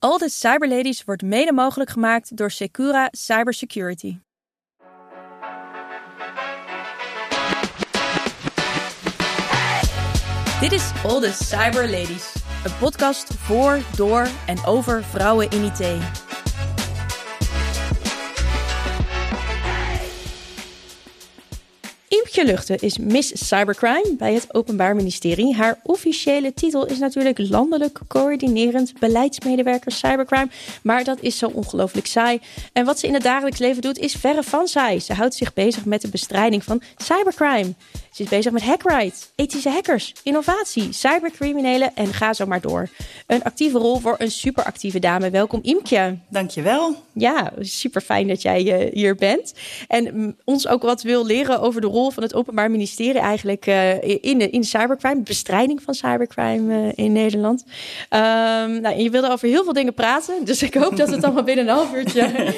All the Cyberladies wordt mede mogelijk gemaakt door Secura Cybersecurity. Dit is All the Cyberladies, een podcast voor, door en over vrouwen in IT. Imke Luchten is Miss Cybercrime bij het Openbaar Ministerie. Haar officiële titel is natuurlijk landelijk coördinerend beleidsmedewerker cybercrime. Maar dat is zo ongelooflijk saai. En wat ze in het dagelijks leven doet is verre van saai. Ze houdt zich bezig met de bestrijding van cybercrime. Ze is bezig met hackrite, ethische hackers, innovatie, cybercriminelen en ga zo maar door. Een actieve rol voor een superactieve dame. Welkom Imke. Dankjewel. Ja, super fijn dat jij hier bent. En ons ook wat wil leren over de rol van het Openbaar Ministerie eigenlijk in cybercrime. De bestrijding van cybercrime in Nederland. Je wilde over heel veel dingen praten. Dus ik hoop dat we het allemaal binnen een half uurtje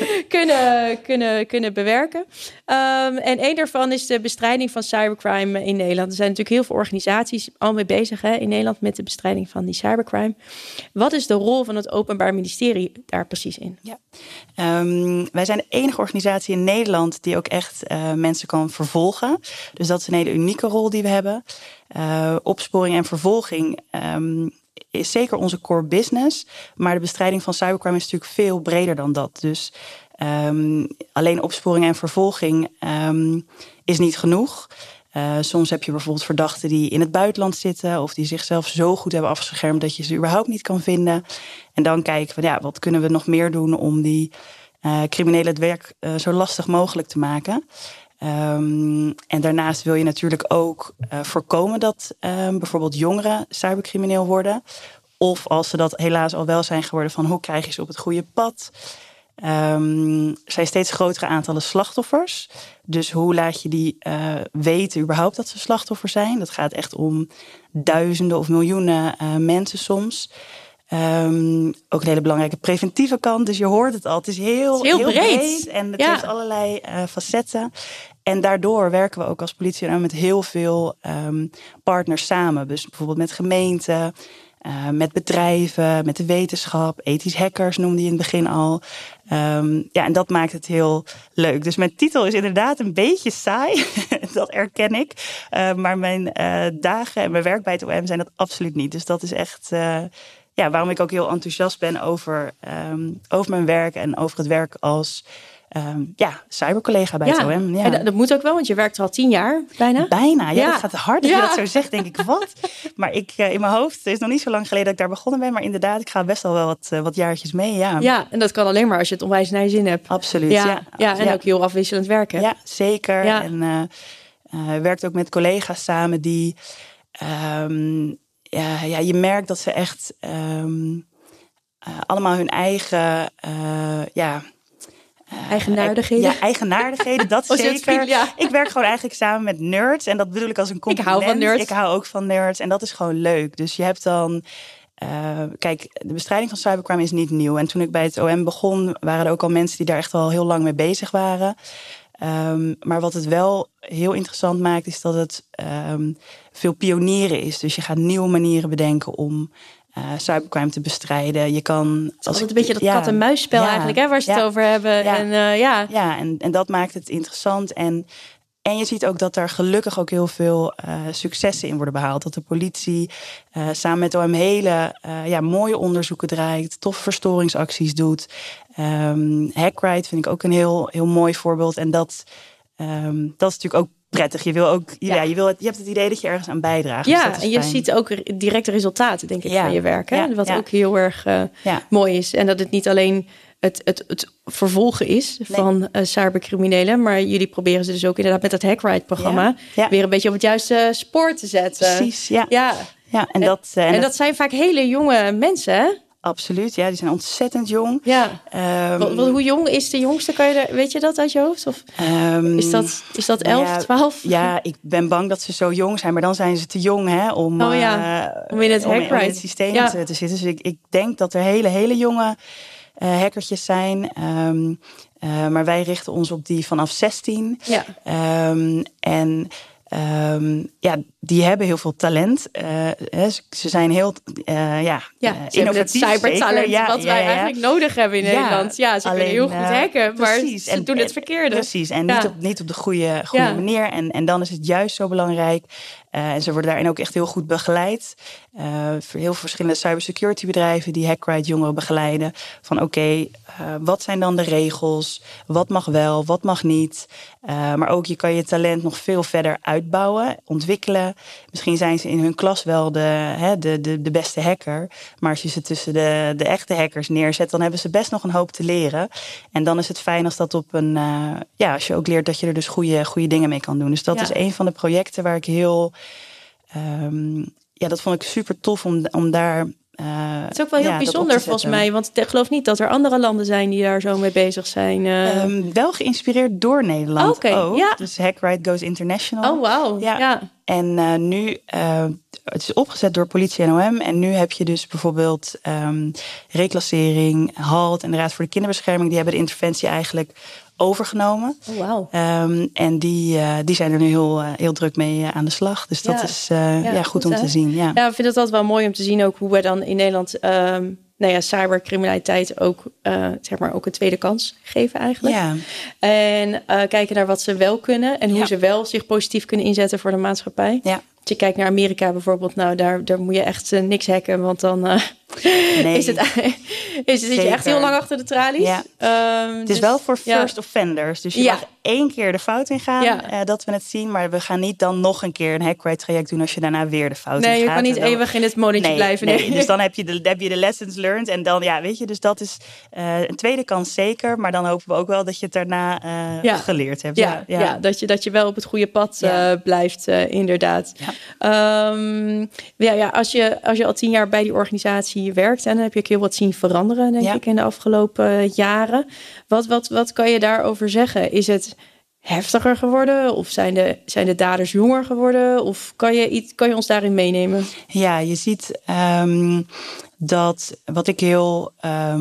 kunnen bewerken. En één daarvan is de bestrijding van cybercrime in Nederland. Er zijn natuurlijk heel veel organisaties al mee bezig in Nederland met de bestrijding van die cybercrime. Wat is de rol van het Openbaar Ministerie daar precies in? Ja. Wij zijn de enige organisatie in Nederland die ook echt mensen kan vervolgen. Dus dat is een hele unieke rol die we hebben. Opsporing en vervolging is zeker onze core business. Maar de bestrijding van cybercrime is natuurlijk veel breder dan dat. Dus alleen opsporing en vervolging is niet genoeg. Soms heb je bijvoorbeeld verdachten die in het buitenland zitten of die zichzelf zo goed hebben afgeschermd dat je ze überhaupt niet kan vinden. En dan kijken we, wat kunnen we nog meer doen om die criminelen het werk zo lastig mogelijk te maken. En daarnaast wil je natuurlijk ook voorkomen dat bijvoorbeeld jongeren cybercrimineel worden. Of als ze dat helaas al wel zijn geworden, van hoe krijg je ze op het goede pad? Er zijn steeds grotere aantallen slachtoffers. Dus hoe laat je die weten überhaupt dat ze slachtoffer zijn? Dat gaat echt om duizenden of miljoenen mensen soms. Ook een hele belangrijke preventieve kant. Dus je hoort het al. Het is heel breed. En het heeft allerlei facetten. En daardoor werken we ook als politie met heel veel partners samen. Dus bijvoorbeeld met gemeenten, met bedrijven, met de wetenschap, ethisch hackers noemde je in het begin al. En dat maakt het heel leuk. Dus mijn titel is inderdaad een beetje saai, dat erken ik. Maar mijn dagen en mijn werk bij het OM zijn dat absoluut niet. Dus dat is echt waarom ik ook heel enthousiast ben over mijn werk en over het werk als cybercollega bij het OM. Ja. En dat moet ook wel, want je werkt er al 10 jaar bijna. Bijna, dat gaat hard als je dat zo zegt, denk ik, wat? Maar ik in mijn hoofd, het is nog niet zo lang geleden dat ik daar begonnen ben, maar inderdaad, ik ga best al wel wat jaartjes mee, Ja, en dat kan alleen maar als je het onwijs naar je zin hebt. Absoluut, En ook heel afwisselend werken. Ja, zeker. Ja. En werkt ook met collega's samen die, je merkt dat ze echt allemaal hun eigen, eigenaardigheden. Eigenaardigheden, dat zeker. Ik werk gewoon eigenlijk samen met nerds. En dat bedoel ik als een compliment. Ik hou van nerds. Ik hou ook van nerds. En dat is gewoon leuk. Dus je hebt dan kijk, de bestrijding van cybercrime is niet nieuw. En toen ik bij het OM begon, waren er ook al mensen die daar echt al heel lang mee bezig waren. Maar wat het wel heel interessant maakt, is dat het veel pionieren is. Dus je gaat nieuwe manieren bedenken om cybercrime te bestrijden. Je kan het is altijd een beetje dat kat-en-muisspel eigenlijk, waar ze het over hebben. En dat maakt het interessant. En je ziet ook dat er gelukkig ook heel veel successen in worden behaald. Dat de politie samen met OM hele mooie onderzoeken draait, toffe verstoringsacties doet. Hackrite vind ik ook een heel mooi voorbeeld. En dat is natuurlijk ook prettig. Je wil ook, je hebt het idee dat je ergens aan bijdraagt. Ja, dus en je ziet ook directe resultaten, denk ik, van je werk. Hè? Wat ook heel erg mooi is. En dat het niet alleen het vervolgen is van cybercriminelen, maar jullie proberen ze dus ook inderdaad met dat Hackrite-programma weer een beetje op het juiste spoor te zetten. Precies, ja. En dat zijn vaak hele jonge mensen, hè? Absoluut, die zijn ontzettend jong. Ja. Hoe jong is de jongste? Weet je dat uit je hoofd? Of is dat 11, 12? Ja, ik ben bang dat ze zo jong zijn, maar dan zijn ze te jong om in het systeem te zitten. Dus ik denk dat er hele jonge hackertjes zijn. Maar wij richten ons op die vanaf 16. Ja. die hebben heel veel talent. Ze zijn heel innovatief. Het cybertalent wat wij eigenlijk nodig hebben in Nederland. Ja, ze kunnen heel goed hacken, maar ze doen het verkeerde. Precies, en niet op de goede manier. En dan is het juist zo belangrijk. En ze worden daarin ook echt heel goed begeleid. Voor heel verschillende cybersecurity bedrijven die Hackright jongeren begeleiden. Van oké, wat zijn dan de regels? Wat mag wel, wat mag niet? Maar ook je kan je talent nog veel verder uitbouwen, ontwikkelen. Misschien zijn ze in hun klas wel de beste hacker. Maar als je ze tussen de echte hackers neerzet, dan hebben ze best nog een hoop te leren. En dan is het fijn als dat als je ook leert dat je er dus goede dingen mee kan doen. Dus dat is een van de projecten waar ik heel... dat vond ik super tof om daar... het is ook wel heel bijzonder volgens mij. Want ik geloof niet dat er andere landen zijn die daar zo mee bezig zijn. Wel geïnspireerd door Nederland ook. Ja. Dus Hackright Goes International. Oh, wauw. Ja. En nu, het is opgezet door politie en OM. En nu heb je dus bijvoorbeeld reclassering, HALT en de Raad voor de Kinderbescherming. Die hebben de interventie eigenlijk overgenomen. Oh, wow. En die zijn er nu heel druk mee aan de slag. Dus dat is goed om te zien. Ja, ik vind het altijd wel mooi om te zien ook hoe we dan in Nederland cybercriminaliteit ook, ook een tweede kans geven eigenlijk. Ja. En kijken naar wat ze wel kunnen en hoe ze wel zich positief kunnen inzetten voor de maatschappij. Ja. Als je kijkt naar Amerika bijvoorbeeld, nou daar moet je echt niks hacken, want dan zit je echt heel lang achter de tralies. Ja. Het is wel voor first offenders, dus je mag 1 keer de fout ingaan, dat we het zien, maar we gaan niet dan nog een keer een Hackright traject doen als je daarna weer de fout ingaat. Nee, je kan niet eeuwig in het molentje blijven. Nee, dus dan heb je de lessons learned en dan, dus dat is een tweede kans zeker, maar dan hopen we ook wel dat je het daarna geleerd hebt. Ja, dat je wel op het goede pad blijft, inderdaad. Ja. Als je al 10 jaar bij die organisatie werkt, en dan heb je ook heel wat zien veranderen, denk ik, in de afgelopen jaren. Wat kan je daarover zeggen? Is het heftiger geworden? Of zijn de daders jonger geworden? Of kan je ons daarin meenemen? Ja, je ziet dat wat ik heel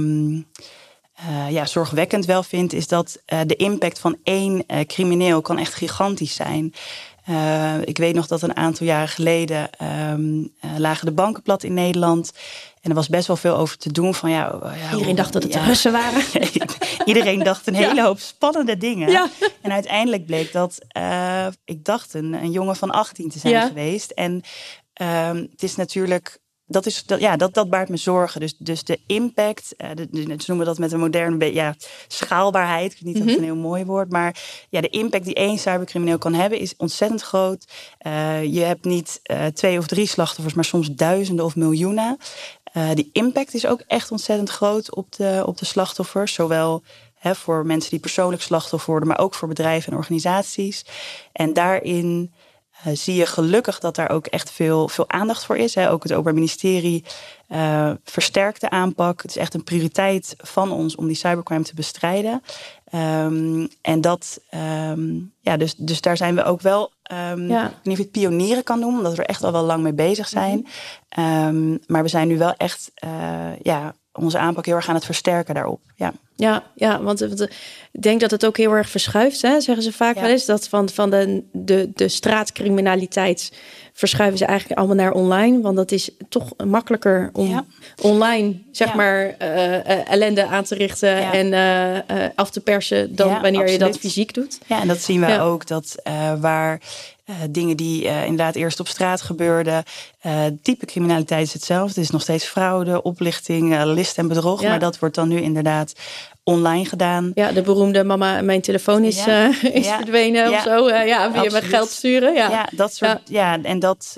zorgwekkend wel vind, is dat de impact van 1 crimineel kan echt gigantisch zijn. Ik weet nog dat een aantal jaren geleden lagen de banken plat in Nederland. En er was best wel veel over te doen. Iedereen dacht dat het de Russen waren. Iedereen dacht een hele hoop spannende dingen. Ja. En uiteindelijk bleek dat, ik dacht een jongen van 18 te zijn geweest. En het is natuurlijk... Dat baart me zorgen. Dus de impact, ze noemen dat met een moderne schaalbaarheid. Ik weet niet of het een heel mooi woord. Maar de impact die 1 cybercrimineel kan hebben is ontzettend groot. Je hebt niet 2 of 3 slachtoffers, maar soms duizenden of miljoenen. Die impact is ook echt ontzettend groot op de slachtoffers. Zowel voor mensen die persoonlijk slachtoffer worden, maar ook voor bedrijven en organisaties. En daarin zie je gelukkig dat daar ook echt veel aandacht voor is. Ook het Openbaar Ministerie versterkt de aanpak. Het is echt een prioriteit van ons om die cybercrime te bestrijden. En dat, dus daar zijn we ook wel, ik weet niet of je het pionieren kan noemen, omdat we er echt al wel lang mee bezig zijn. Maar we zijn nu wel echt, onze aanpak heel erg aan het versterken daarop. Ja, want ik denk dat het ook heel erg verschuift, hè? Zeggen ze vaak wel eens. Dat van de straatcriminaliteit verschuiven ze eigenlijk allemaal naar online. Want dat is toch makkelijker om online, ellende aan te richten en af te persen dan wanneer je dat fysiek doet. Ja, en dat zien we ook, dat waar dingen die inderdaad eerst op straat gebeurden. Type criminaliteit is hetzelfde. Het is nog steeds fraude, oplichting, list en bedrog. Maar dat wordt dan nu inderdaad online gedaan. Ja, de beroemde mama, mijn telefoon is verdwenen of zo. Wil je me geld sturen? Ja, dat soort. Ja, en dat...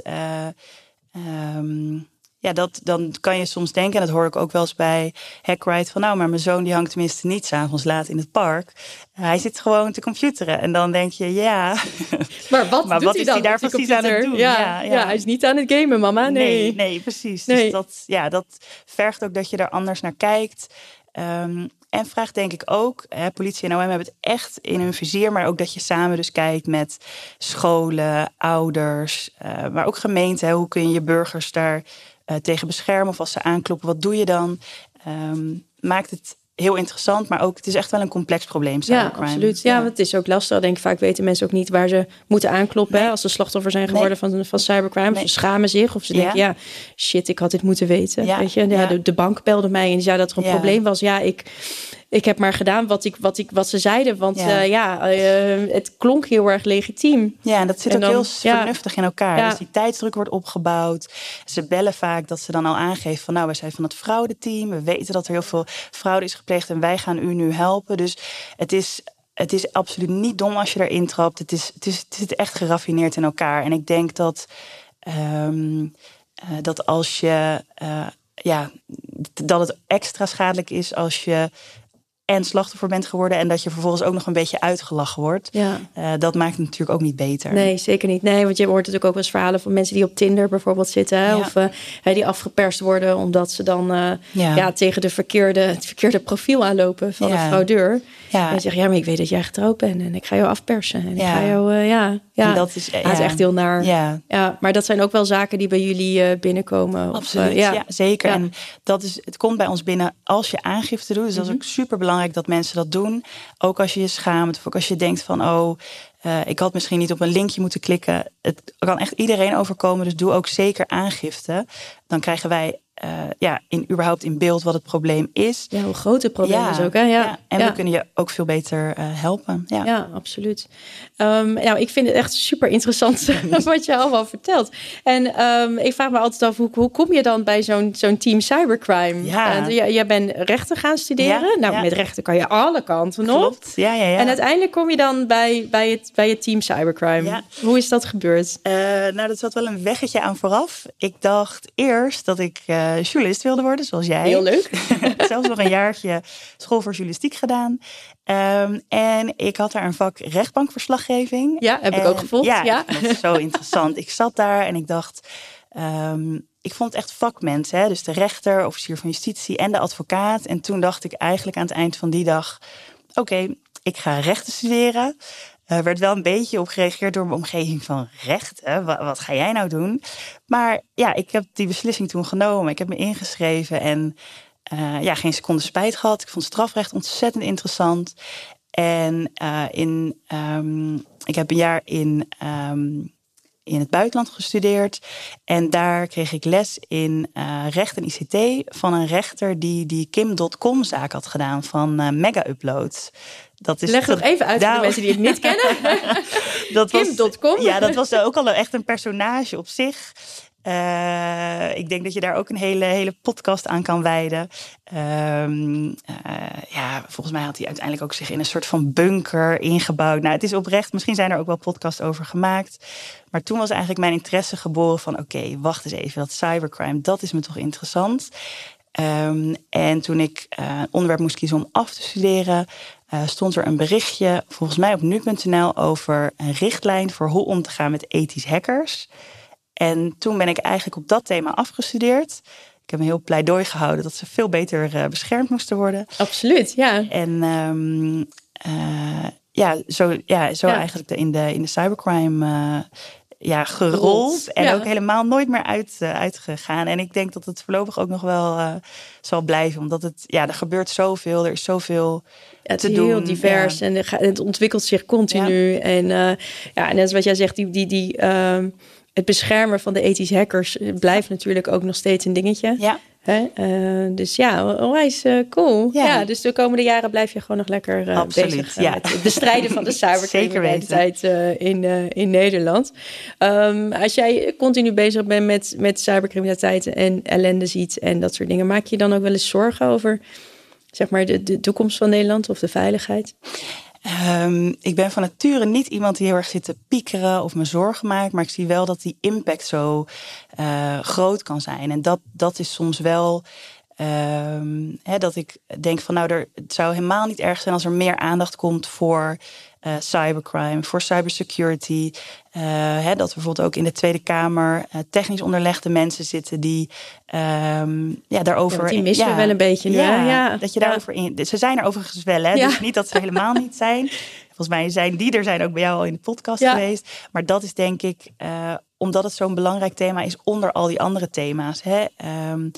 dan kan je soms denken, en dat hoor ik ook wel eens bij Hackright, van maar mijn zoon die hangt tenminste niet 's avonds laat in het park. Hij zit gewoon te computeren. En dan denk je, Maar wat is hij daar precies aan het doen? Ja, hij is niet aan het gamen, mama. Nee, precies. Nee. Dus dat vergt ook dat je er anders naar kijkt. En vraagt denk ik ook, politie en OM hebben het echt in hun vizier, maar ook dat je samen dus kijkt met scholen, ouders, maar ook gemeenten. Hoe kun je je burgers daar tegen beschermen of als ze aankloppen, wat doe je dan? Maakt het heel interessant, maar ook het is echt wel een complex probleem. Ja, absoluut. Ja, want het is ook lastig. Denk ik, vaak weten mensen ook niet waar ze moeten aankloppen. Hè, als ze slachtoffer zijn geworden van cybercrime. Of ze schamen zich. Of ze denken, shit, ik had dit moeten weten. Weet je? De bank belde mij en die zei dat er een probleem was. Ja, ik heb maar gedaan wat ze zeiden. Want het klonk heel erg legitiem. Ja, en dat zit ook heel vernuftig in elkaar. Ja. Dus die tijdsdruk wordt opgebouwd. Ze bellen vaak dat ze dan al aangeven van... wij zijn van het fraudeteam. We weten dat er heel veel fraude is gepleegd... en wij gaan u nu helpen. Dus het is absoluut niet dom als je erin trapt. Het zit echt geraffineerd in elkaar. En ik denk dat als je... dat het extra schadelijk is als je... en slachtoffer bent geworden... en dat je vervolgens ook nog een beetje uitgelachen wordt. Ja. Dat maakt het natuurlijk ook niet beter. Nee, zeker niet. Nee, want je hoort natuurlijk ook wel eens verhalen... van mensen die op Tinder bijvoorbeeld zitten... Ja. Of die afgeperst worden... omdat ze dan tegen het verkeerde profiel aanlopen... van een fraudeur. Ja. En zeggen, maar ik weet dat jij getrouwd bent... en ik ga jou afpersen. En ik ga jou... En dat is echt heel naar. Ja, maar dat zijn ook wel zaken die bij jullie binnenkomen. Absoluut, ja zeker. Ja. En het komt bij ons binnen als je aangifte doet. Dus dat is ook super belangrijk dat mensen dat doen. Ook als je je schaamt of ook als je denkt van... ik had misschien niet op een linkje moeten klikken. Het kan echt iedereen overkomen, dus doe ook zeker aangifte. Dan krijgen wij überhaupt in beeld wat het probleem is. Ja, hoe groot het probleem is ook. Hè? Ja. En we kunnen je ook veel beter helpen. Ja, absoluut. Ik vind het echt super interessant wat je allemaal vertelt. En ik vraag me altijd af, hoe kom je dan bij zo'n team cybercrime? Ja. Jij bent rechten gaan studeren. Met rechten kan je alle kanten op. Klopt. Ja. En uiteindelijk kom je dan bij het team cybercrime. Ja. Hoe is dat gebeurd? Dat zat wel een weggetje aan vooraf. Ik dacht eerst dat ik journalist wilde worden, zoals jij. Heel leuk. Zelfs nog een jaartje school voor journalistiek gedaan. En ik had daar een vak rechtbankverslaggeving. Ja, heb ik ook gevolgd. Ja, dat is zo interessant. Ik zat daar en ik dacht... ik vond het echt vakmensen. Hè? Dus de rechter, officier van justitie en de advocaat. En toen dacht ik eigenlijk aan het eind van die dag... Oké, ik ga rechten studeren. Werd wel een beetje op gereageerd door mijn omgeving van rechten. Wat ga jij nou doen? Maar ik heb die beslissing toen genomen. Ik heb me ingeschreven en geen seconde spijt gehad. Ik vond strafrecht ontzettend interessant. En ik heb een jaar in het buitenland gestudeerd. En daar kreeg ik les in recht en ICT van een rechter die Kim.com-zaak had gedaan van Mega Uploads. Leg nog even uit voor de mensen die het niet kennen. Kim.com. Ja, dat was ook al echt een personage op zich. Ik denk dat je daar ook een hele podcast aan kan wijden. Volgens mij had hij uiteindelijk ook zich in een soort van bunker ingebouwd. Nou, het is oprecht. Misschien zijn er ook wel podcasts over gemaakt. Maar toen was eigenlijk mijn interesse geboren van... Oké, wacht eens even, dat cybercrime, dat is me toch interessant. En toen ik een onderwerp moest kiezen om af te studeren... stond er een berichtje, volgens mij op nu.nl... over een richtlijn voor hoe om te gaan met ethisch hackers. En toen ben ik eigenlijk op dat thema afgestudeerd. Ik heb een heel pleidooi gehouden dat ze veel beter beschermd moesten worden. Absoluut, ja. En zo eigenlijk in de cybercrime gerold. En ook helemaal nooit meer uitgegaan. En ik denk dat het voorlopig ook nog wel zal blijven. Omdat er gebeurt zoveel. Er is zoveel te doen. Het is heel divers en het ontwikkelt zich continu. Ja. En net als wat jij zegt, het beschermen van de ethische hackers blijft natuurlijk ook nog steeds een dingetje. Ja. Dus onwijs cool. Ja, dus de komende jaren blijf je gewoon nog lekker bezig met het bestrijden van de cybercriminaliteit in Nederland. Als jij continu bezig bent met cybercriminaliteit en ellende ziet en dat soort dingen, maak je dan ook wel eens zorgen over zeg maar de toekomst van Nederland of de veiligheid? Ik ben van nature niet iemand die heel erg zit te piekeren of me zorgen maakt. Maar ik zie wel dat die impact zo groot kan zijn. En dat is soms wel dat ik denk van het zou helemaal niet erg zijn als er meer aandacht komt voor cybercrime, voor cybersecurity. Dat er bijvoorbeeld ook in de Tweede Kamer technisch onderlegde mensen zitten die daarover... die missen we wel een beetje nu. Dat je daarover in... Ze zijn er overigens wel, hè? Dus niet dat ze helemaal niet zijn. Volgens mij zijn ook bij jou al in de podcast geweest. Maar dat is denk ik, omdat het zo'n belangrijk thema is onder al die andere thema's.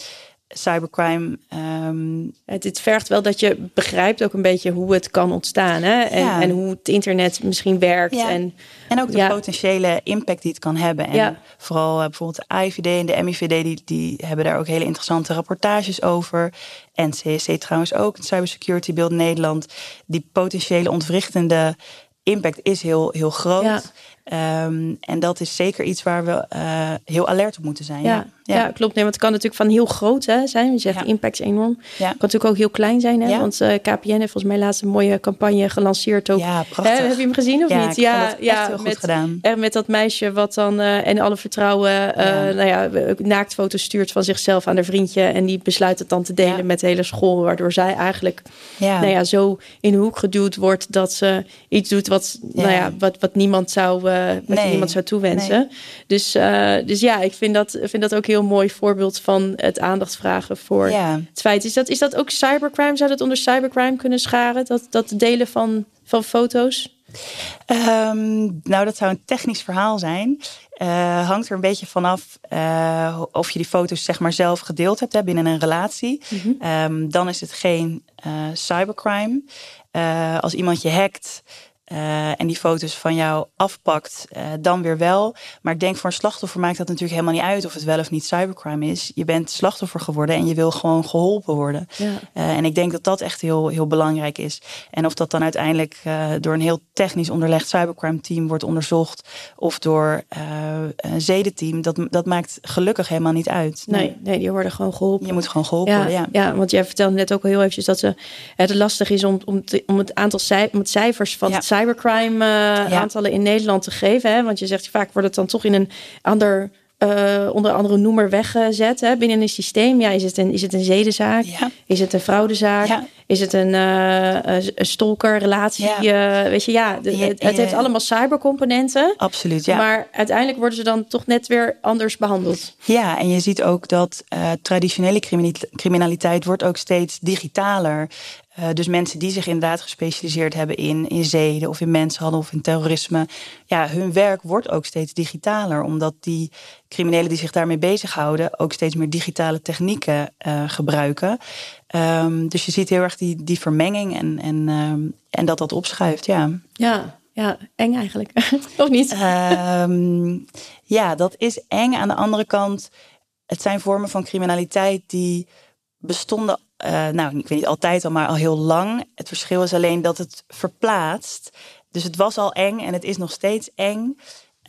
cybercrime. Het vergt wel dat je begrijpt ook een beetje hoe het kan ontstaan. Hè? En hoe het internet misschien werkt. Ja. En ook de potentiële impact die het kan hebben. En vooral bijvoorbeeld de AIVD en de MIVD... die hebben daar ook hele interessante rapportages over. En CSC trouwens ook, het Cybersecurity Build Nederland. Die potentiële ontwrichtende impact is heel, heel groot. Ja. En dat is zeker iets waar we heel alert op moeten zijn. Ja, klopt. Nee, want het kan natuurlijk van heel groot zijn. Je zegt de impact is enorm. Het kan natuurlijk ook heel klein zijn. Hè? Want KPN heeft volgens mij laatst een mooie campagne gelanceerd. Ook. Ja, prachtig. Heb je hem gezien of niet? Ja, echt heel goed gedaan. Met dat meisje wat dan in alle vertrouwen naaktfoto's stuurt van zichzelf aan haar vriendje. En die besluit het dan te delen met de hele school. Waardoor zij eigenlijk zo in de hoek geduwd wordt dat ze iets doet wat niemand zou... niemand zou toewensen. Nee. Dus ik vind dat ook heel mooi voorbeeld van het aandacht vragen voor het feit. Is dat ook cybercrime? Zou dat onder cybercrime kunnen scharen? Dat delen van foto's? Dat zou een technisch verhaal zijn. Hangt er een beetje vanaf of je die foto's zeg maar zelf gedeeld hebt binnen een relatie. Mm-hmm. Dan is het geen cybercrime. Als iemand je hackt... en die foto's van jou afpakt, dan weer wel. Maar ik denk voor een slachtoffer maakt dat natuurlijk helemaal niet uit... of het wel of niet cybercrime is. Je bent slachtoffer geworden en je wil gewoon geholpen worden. Ja. En ik denk dat dat echt heel, heel belangrijk is. En of dat dan uiteindelijk door een heel technisch onderlegd cybercrime team wordt onderzocht... of door een zedenteam, dat maakt gelukkig helemaal niet uit. Nee, die worden gewoon geholpen. Je moet gewoon geholpen worden, Ja, want jij vertelde net ook al heel eventjes dat het lastig is om het aantal cijfers van het cybercrime aantallen in Nederland te geven. Hè? Want je zegt vaak wordt het dan toch in een ander onder andere noemer weggezet binnen een systeem. Ja, is het een zedenzaak? Ja. Is het een fraudezaak? Ja. Is het een stalkerrelatie? Ja. Het heeft allemaal cybercomponenten. Absoluut, ja. Maar uiteindelijk worden ze dan toch net weer anders behandeld. Ja, en je ziet ook dat traditionele criminaliteit wordt ook steeds digitaler. Dus mensen die zich inderdaad gespecialiseerd hebben in zeden of in mensenhandel of in terrorisme. Ja, hun werk wordt ook steeds digitaler. Omdat die criminelen die zich daarmee bezighouden ook steeds meer digitale technieken gebruiken. Dus je ziet heel erg die vermenging en dat opschuift, ja. Ja, eng eigenlijk. Of niet? Ja, dat is eng. Aan de andere kant, het zijn vormen van criminaliteit die bestonden... ik weet niet altijd al, maar al heel lang. Het verschil is alleen dat het verplaatst. Dus het was al eng en het is nog steeds eng.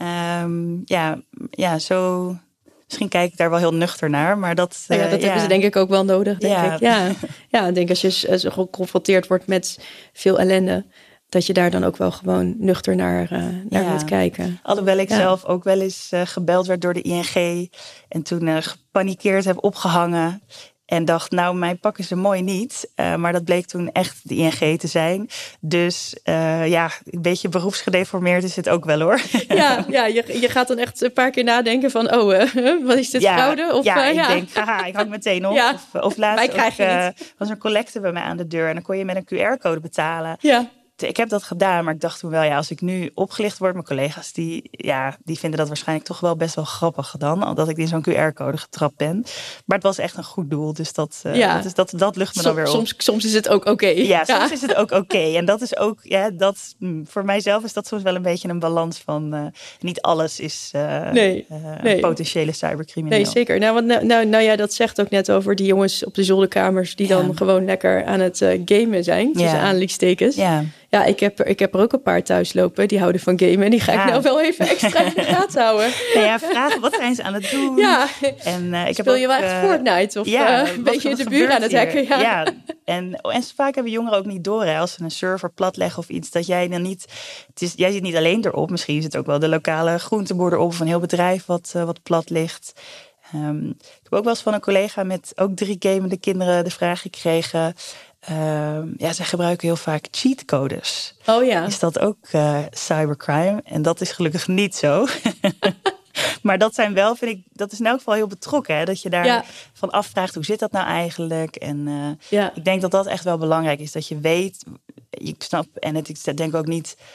Zo... Misschien kijk ik daar wel heel nuchter naar, maar dat... dat hebben ze denk ik ook wel nodig, denk ik. Ja, ik denk als je zo geconfronteerd wordt met veel ellende... dat je daar dan ook wel gewoon nuchter naar moet kijken. Alhoewel ik zelf ook wel eens gebeld werd door de ING... en toen gepanikeerd heb opgehangen... En dacht, mijn pakken ze mooi niet. Maar dat bleek toen echt de ING te zijn. Dus een beetje beroepsgedeformeerd is het ook wel, hoor. Ja, je gaat dan echt een paar keer nadenken van... wat is dit fraude? Of, ik denk, ik hang meteen op. Ja. Of laatst was een collecte bij mij aan de deur... en dan kon je met een QR-code betalen. Ja. Ik heb dat gedaan, maar ik dacht toen wel... als ik nu opgelicht word, mijn collega's... die vinden dat waarschijnlijk toch wel best wel grappig dan... al dat ik in zo'n QR-code getrapt ben. Maar het was echt een goed doel, dus dat lucht me dan weer op. Soms is het ook oké. Ja, soms is het ook oké. En dat is ook... voor mijzelf is dat soms wel een beetje een balans van... niet alles is een potentiële cybercrimineel. Nee, zeker. Dat zegt ook net over die jongens op de zolderkamers... die dan gewoon lekker aan het gamen zijn. Tussen aanleidingstekens. Ja. Ja, ik heb er ook een paar thuis lopen. Die houden van gamen. En die ga ik nou wel even extra in de gaten houden. Vragen, wat zijn ze aan het doen? Ja, en, speel je wel echt Fortnite? Of een beetje in de buurt aan het hacken? Ja. En vaak hebben jongeren ook niet door. Hè, als ze een server platleggen of iets. Dat jij dan niet... jij zit niet alleen erop. Misschien zit ook wel de lokale groenteboer erop. Of een heel bedrijf wat plat ligt. Ik heb ook wel eens van een collega met ook 3 gamende kinderen de vraag gekregen... zij gebruiken heel vaak cheatcodes. Oh ja. Is dat ook cybercrime? En dat is gelukkig niet zo. Maar dat zijn wel, vind ik, dat is in elk geval heel betrokken. Hè? Dat je daar van afvraagt, hoe zit dat nou eigenlijk? En ik denk dat dat echt wel belangrijk is. Dat je weet, ik snap, en ik denk ook niet...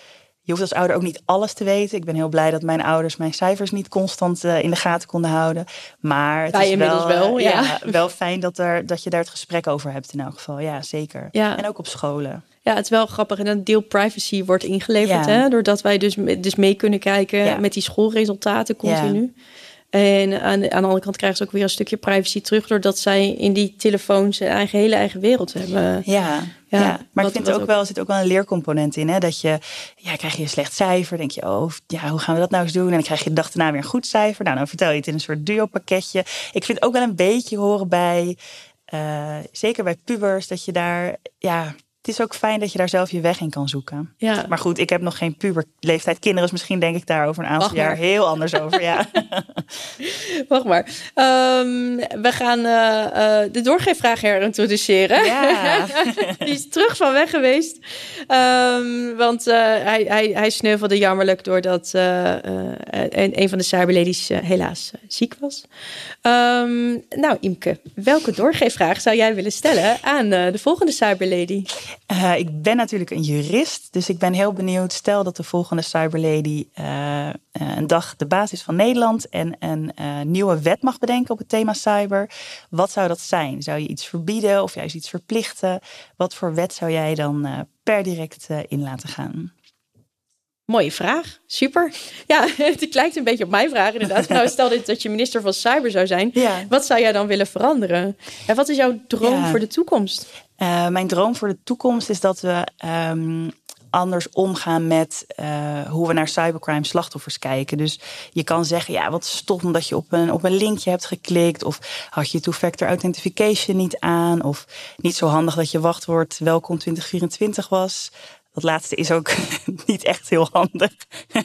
Je hoeft als ouder ook niet alles te weten. Ik ben heel blij dat mijn ouders mijn cijfers niet constant in de gaten konden houden. Maar het is wel fijn dat je daar het gesprek over hebt in elk geval. Ja, zeker. Ja. En ook op scholen. Ja, het is wel grappig. En een deel privacy wordt ingeleverd. Hè? Doordat wij dus mee kunnen kijken met die schoolresultaten continu. Ja. En aan de andere kant krijgen ze ook weer een stukje privacy terug, doordat zij in die telefoons een hele eigen wereld hebben. Ja. Maar ik vind er zit ook wel een leercomponent in. Hè? Dat krijg je een slecht cijfer. Denk je, hoe gaan we dat nou eens doen? En dan krijg je de dag daarna weer een goed cijfer. Nou, dan vertel je het in een soort duo-pakketje. Ik vind het ook wel een beetje horen bij, zeker bij pubers, dat je daar, het is ook fijn dat je daar zelf je weg in kan zoeken. Ja. Maar goed, ik heb nog geen puberleeftijd kinderen. Dus misschien denk ik daar over een aantal jaar heel anders over. Ja. Wacht maar. We gaan de doorgeefvraag herintroduceren. Ja. Die is terug van weg geweest. Want hij sneuvelde jammerlijk doordat een van de cyberladies helaas ziek was. Nou, Imke, welke doorgeefvraag zou jij willen stellen aan de volgende cyberlady? Ik ben natuurlijk een jurist, dus ik ben heel benieuwd. Stel dat de volgende cyberlady een dag de baas is van Nederland en een nieuwe wet mag bedenken op het thema cyber. Wat zou dat zijn? Zou je iets verbieden of juist iets verplichten? Wat voor wet zou jij dan per direct in laten gaan? Mooie vraag. Super. Ja, het lijkt een beetje op mijn vraag inderdaad. Nou, stel dat je minister van Cyber zou zijn. Ja. Wat zou jij dan willen veranderen? En wat is jouw droom voor de toekomst? Mijn droom voor de toekomst is dat we anders omgaan met hoe we naar cybercrime slachtoffers kijken. Dus je kan zeggen, wat stom dat je op een linkje hebt geklikt. Of had je two-factor authentication niet aan. Of niet zo handig dat je wachtwoord welkom 2024 was. Dat laatste is ook niet echt heel handig.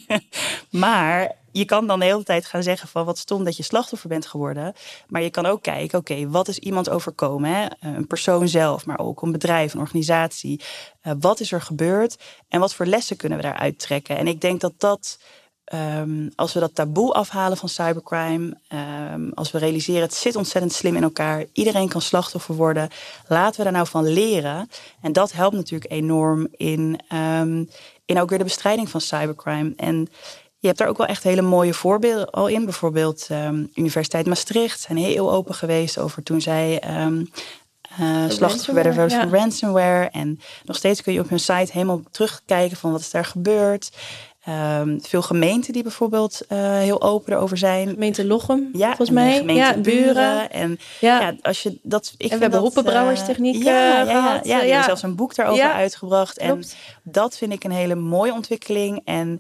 Maar je kan dan de hele tijd gaan zeggen van wat stom dat je slachtoffer bent geworden. Maar je kan ook kijken, oké, wat is iemand overkomen? Hè? Een persoon zelf, maar ook een bedrijf, een organisatie. Wat is er gebeurd? En wat voor lessen kunnen we daaruit trekken? En ik denk dat als we dat taboe afhalen van cybercrime, als we realiseren het zit ontzettend slim in elkaar, iedereen kan slachtoffer worden, laten we daar nou van leren. En dat helpt natuurlijk enorm in ook weer de bestrijding van cybercrime. En je hebt daar ook wel echt hele mooie voorbeelden al in. Bijvoorbeeld Universiteit Maastricht zijn heel open geweest over toen zij slachtoffer werden van ransomware. En nog steeds kun je op hun site helemaal terugkijken van wat is daar gebeurd. Veel gemeenten die bijvoorbeeld heel open erover zijn. Gemeente Lochem, volgens mij. Gemeente Buren. En als je dat, we hebben beroepenbrouwerstechniek gehad. Ja, die hebben zelfs een boek daarover uitgebracht. Klopt. En dat vind ik een hele mooie ontwikkeling. En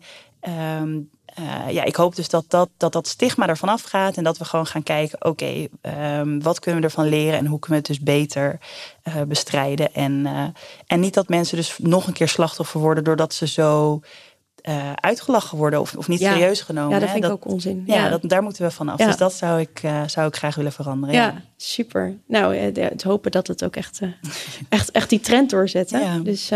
ik hoop dus dat stigma ervan afgaat. En dat we gewoon gaan kijken, oké, wat kunnen we ervan leren? En hoe kunnen we het dus beter bestrijden? En niet dat mensen dus nog een keer slachtoffer worden doordat ze zo uitgelachen worden of niet serieus genomen. Ja, dat vind ik ook onzin. Daar moeten we vanaf. Dus dat zou ik graag willen veranderen. Ja, super. Nou, het hopen dat het ook echt die trend doorzet. Hè? Ja. Dus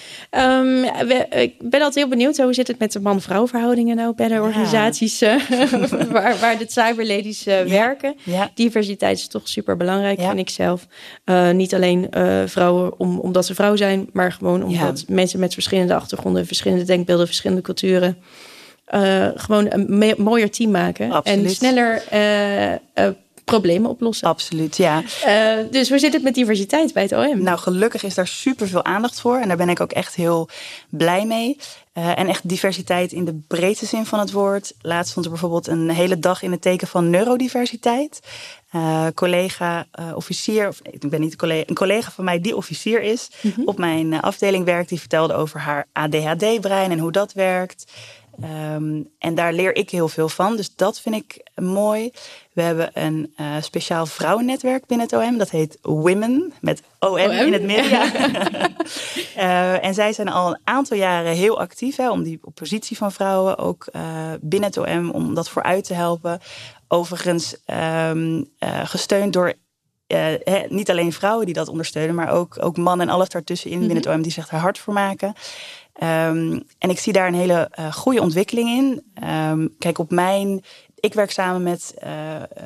ik ben altijd heel benieuwd. Hoe zit het met de man-vrouw verhoudingen nou bij de organisaties waar de cyberladies werken? Ja. Diversiteit is toch super belangrijk, vind ik zelf. Niet alleen vrouwen omdat ze vrouw zijn, maar gewoon omdat mensen met verschillende achtergronden, verschillende denkbeelden, verschillende culturen gewoon een mooier team maken. Absoluut. En sneller problemen oplossen. Absoluut, ja. Dus hoe zit het met diversiteit bij het OM? Nou, gelukkig is daar superveel aandacht voor. En daar ben ik ook echt heel blij mee. En echt diversiteit in de breedste zin van het woord. Laatst stond er bijvoorbeeld een hele dag in het teken van neurodiversiteit. Officier, of ik ben niet een collega van mij die officier is, op mijn afdeling werkt, die vertelde over haar ADHD-brein en hoe dat werkt. En daar leer ik heel veel van. Dus dat vind ik mooi. We hebben een speciaal vrouwennetwerk binnen het OM. Dat heet Women, met OM in het midden. Ja. En zij zijn al een aantal jaren heel actief om die positie van vrouwen ook binnen het OM, om dat vooruit te helpen. Overigens gesteund door niet alleen vrouwen die dat ondersteunen, maar ook mannen en alles daartussenin binnen het OM die zich er hard voor maken. En ik zie daar een hele goede ontwikkeling in. Kijk, ik werk samen met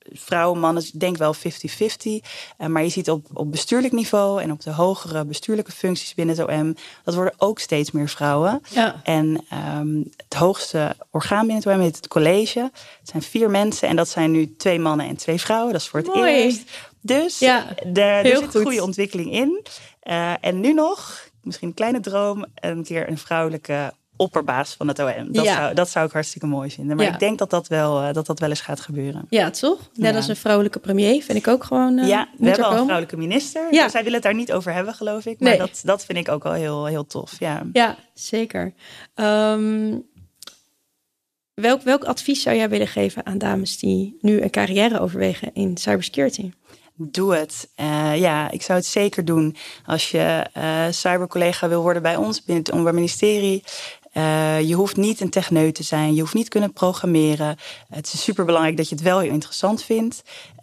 vrouwen, mannen, ik denk wel 50-50. Maar je ziet op bestuurlijk niveau en op de hogere bestuurlijke functies binnen het OM, dat worden ook steeds meer vrouwen. Ja. En het hoogste orgaan binnen het OM heet het college. Het zijn 4 mensen en dat zijn nu 2 mannen en 2 vrouwen. Dat is voor het eerst. Dus er zit een goede ontwikkeling in. En nu nog, misschien een kleine droom, een keer een vrouwelijke opperbaas van het OM. Dat zou ik hartstikke mooi vinden. Maar ik denk dat wel eens gaat gebeuren. Ja, toch? Net als een vrouwelijke premier vind ik ook gewoon we hebben al een vrouwelijke minister. Ja. Dus zij willen het daar niet over hebben, geloof ik. Maar dat vind ik ook wel heel, heel tof. Ja, zeker. Welk advies zou jij willen geven aan dames die nu een carrière overwegen in cybersecurity? Doe het. Ik zou het zeker doen. Als je cybercollega wil worden bij ons binnen het Openbaar Ministerie. Je hoeft niet een techneut te zijn. Je hoeft niet kunnen programmeren. Het is superbelangrijk dat je het wel heel interessant vindt.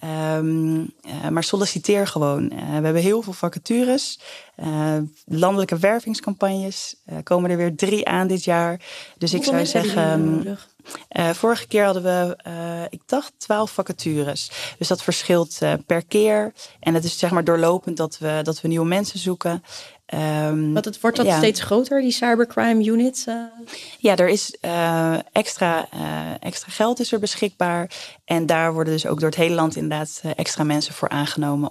Maar solliciteer gewoon. We hebben heel veel vacatures. Landelijke wervingscampagnes. Komen er weer 3 aan dit jaar. Dus ik zou zeggen, vorige keer hadden we, ik dacht 12 vacatures. Dus dat verschilt per keer. En het is zeg maar doorlopend dat we nieuwe mensen zoeken. Want het wordt steeds groter, die cybercrime unit? Ja, er is extra geld is er beschikbaar. En daar worden dus ook door het hele land inderdaad extra mensen voor aangenomen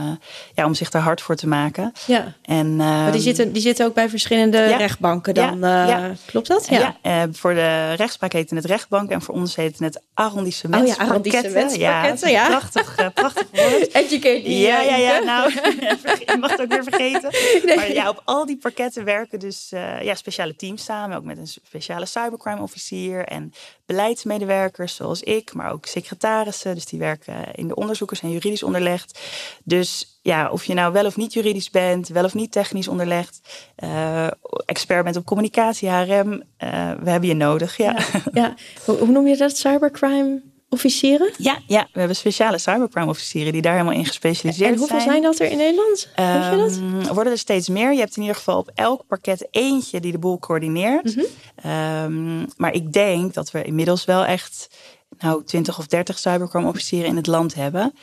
om zich daar hard voor te maken. Ja. Maar die zitten ook bij verschillende rechtbanken dan? Klopt dat? Ja. Voor de rechtspraak heette het rechtbank en voor ons heette het arrondissementsparketten. Prachtig woord. Educate me. Ja. Nou, je mag het ook weer vergeten. Nee. Maar op al die parketten werken dus speciale teams samen. Ook met een speciale cybercrime officier en beleidsmedewerkers zoals ik, maar ook secretarissen. Dus die werken in de onderzoekers en juridisch onderlegd. Dus of je nou wel of niet juridisch bent, wel of niet technisch onderlegd, expert bent op communicatie, HRM, we hebben je nodig. Ja. Hoe noem je dat? Cybercrime officieren? Ja, we hebben speciale cybercrime officieren die daar helemaal in gespecialiseerd zijn. En hoeveel zijn dat er in Nederland? Weet je dat? Er worden er steeds meer. Je hebt in ieder geval op elk parket eentje die de boel coördineert. Mm-hmm. Maar ik denk dat we inmiddels wel echt 20 of 30 cybercrime officieren in het land hebben.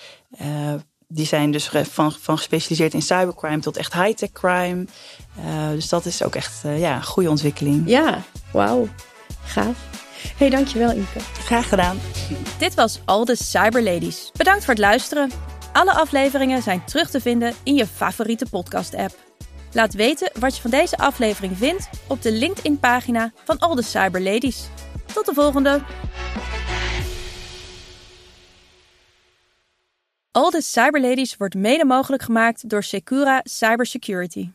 Die zijn dus van gespecialiseerd in cybercrime tot echt high-tech crime. Dus dat is ook echt een goede ontwikkeling. Ja, wauw. Gaaf. Hey, dankjewel Imke. Graag gedaan. Dit was All the Cyber Ladies. Bedankt voor het luisteren. Alle afleveringen zijn terug te vinden in je favoriete podcast-app. Laat weten wat je van deze aflevering vindt op de LinkedIn-pagina van All the Cyber Ladies. Tot de volgende. All the Cyber Ladies wordt mede mogelijk gemaakt door Secura Cybersecurity.